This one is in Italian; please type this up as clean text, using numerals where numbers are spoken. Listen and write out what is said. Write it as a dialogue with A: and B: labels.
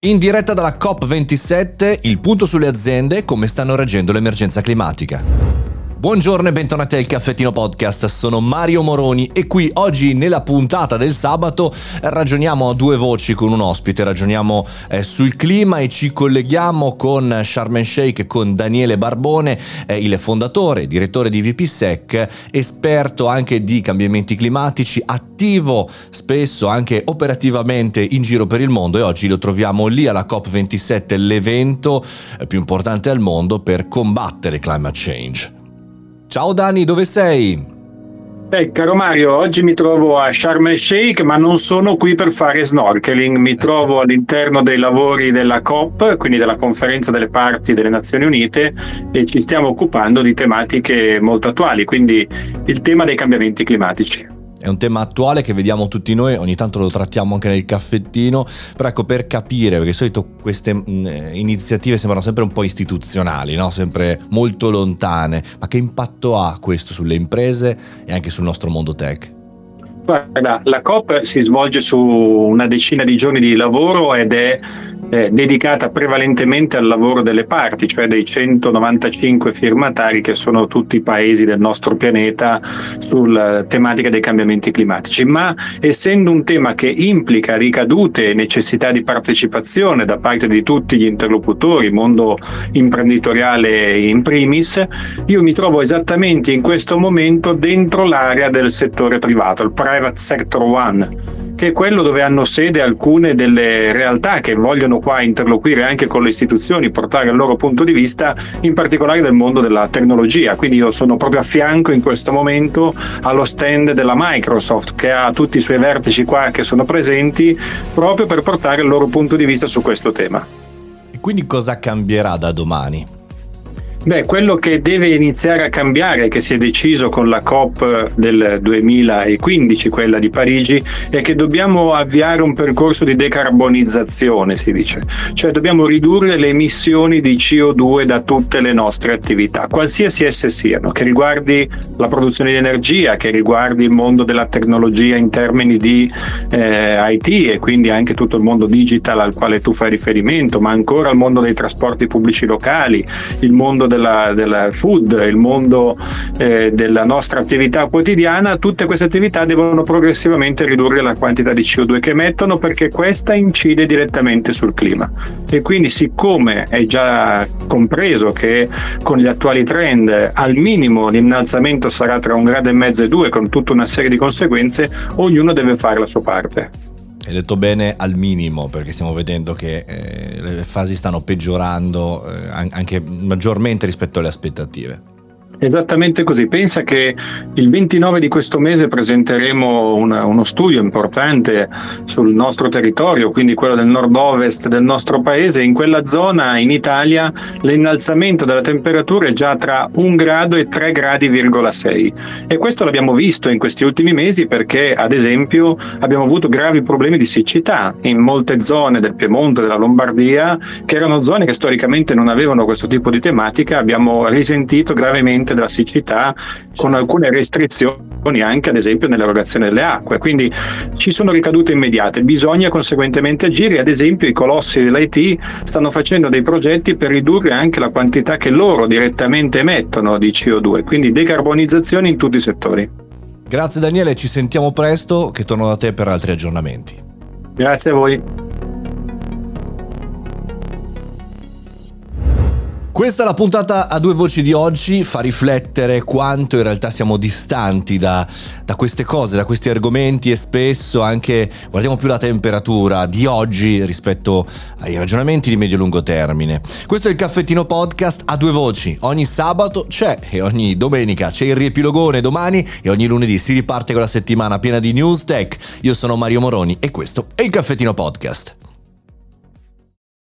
A: In diretta dalla COP27, il punto sulle aziende, come stanno reagendo l'emergenza climatica. Buongiorno e bentornati al Caffettino Podcast, sono Mario Moroni e qui oggi nella puntata del sabato ragioniamo a due voci con un ospite, ragioniamo sul clima e ci colleghiamo con Sharm el Sheikh e con Daniele Barbone, il fondatore, direttore di VPSEC, esperto anche di cambiamenti climatici, attivo spesso anche operativamente in giro per il mondo, e oggi lo troviamo lì alla COP27, l'evento più importante al mondo per combattere climate change. Ciao Dani, dove sei?
B: Caro Mario, oggi mi trovo a Sharm el Sheikh, ma non sono qui per fare snorkeling, mi trovo all'interno dei lavori della COP, quindi della Conferenza delle Parti delle Nazioni Unite, e ci stiamo occupando di tematiche molto attuali, quindi il tema dei cambiamenti climatici.
A: È un tema attuale che vediamo tutti noi, ogni tanto lo trattiamo anche nel caffettino, però ecco, per capire, perché di solito queste iniziative sembrano sempre un po' istituzionali, no? Sempre molto lontane, ma che impatto ha questo sulle imprese e anche sul nostro mondo tech?
B: Guarda, la COP si svolge su una decina di giorni di lavoro ed è dedicata prevalentemente al lavoro delle parti, cioè dei 195 firmatari che sono tutti i paesi del nostro pianeta sulla tematica dei cambiamenti climatici, ma essendo un tema che implica ricadute e necessità di partecipazione da parte di tutti gli interlocutori, mondo imprenditoriale in primis, io mi trovo esattamente in questo momento dentro l'area del settore privato, il Private Sector One, che è quello dove hanno sede alcune delle realtà che vogliono qua interloquire anche con le istituzioni, portare il loro punto di vista, in particolare del mondo della tecnologia. Quindi io sono proprio a fianco in questo momento allo stand della Microsoft, che ha tutti i suoi vertici qua che sono presenti, proprio per portare il loro punto di vista su questo tema.
A: E quindi cosa cambierà da domani?
B: Quello che deve iniziare a cambiare, che si è deciso con la COP del 2015, quella di Parigi, è che dobbiamo avviare un percorso di decarbonizzazione, si dice. Cioè dobbiamo ridurre le emissioni di CO2 da tutte le nostre attività, qualsiasi esse siano, che riguardi la produzione di energia, che riguardi il mondo della tecnologia in termini di IT e quindi anche tutto il mondo digital al quale tu fai riferimento, ma ancora il mondo dei trasporti pubblici locali, il mondo della food, il mondo della nostra attività quotidiana. Tutte queste attività devono progressivamente ridurre la quantità di CO2 che emettono, perché questa incide direttamente sul clima. E quindi, siccome è già compreso che con gli attuali trend al minimo l'innalzamento sarà tra 1,5 gradi e 2, con tutta una serie di conseguenze, ognuno deve fare la sua parte.
A: Hai detto bene, al minimo, perché stiamo vedendo che le fasi stanno peggiorando anche maggiormente rispetto alle aspettative.
B: Esattamente così. Pensa che il 29 di questo mese presenteremo uno studio importante sul nostro territorio, quindi quello del nord-ovest del nostro paese. In quella zona, in Italia, l'innalzamento della temperatura è già tra 1 grado e 3,6 gradi. E questo l'abbiamo visto in questi ultimi mesi perché, ad esempio, abbiamo avuto gravi problemi di siccità in molte zone del Piemonte, della Lombardia, che erano zone che storicamente non avevano questo tipo di tematica. Abbiamo risentito gravemente della siccità, con alcune restrizioni anche, ad esempio, nell'erogazione delle acque. Quindi ci sono ricadute immediate, bisogna conseguentemente agire. Ad esempio, i colossi dell'IT stanno facendo dei progetti per ridurre anche la quantità che loro direttamente emettono di CO2, quindi decarbonizzazione in tutti i settori.
A: Grazie Daniele, ci sentiamo presto, che torno da te per altri aggiornamenti.
B: Grazie a voi.
A: Questa è la puntata a due voci di oggi, fa riflettere quanto in realtà siamo distanti da queste cose, da questi argomenti, e spesso anche guardiamo più la temperatura di oggi rispetto ai ragionamenti di medio-lungo termine. Questo è il Caffettino Podcast a due voci, ogni sabato c'è e ogni domenica c'è il riepilogone, domani e ogni lunedì si riparte con la settimana piena di news tech. Io sono Mario Moroni e questo è il Caffettino Podcast.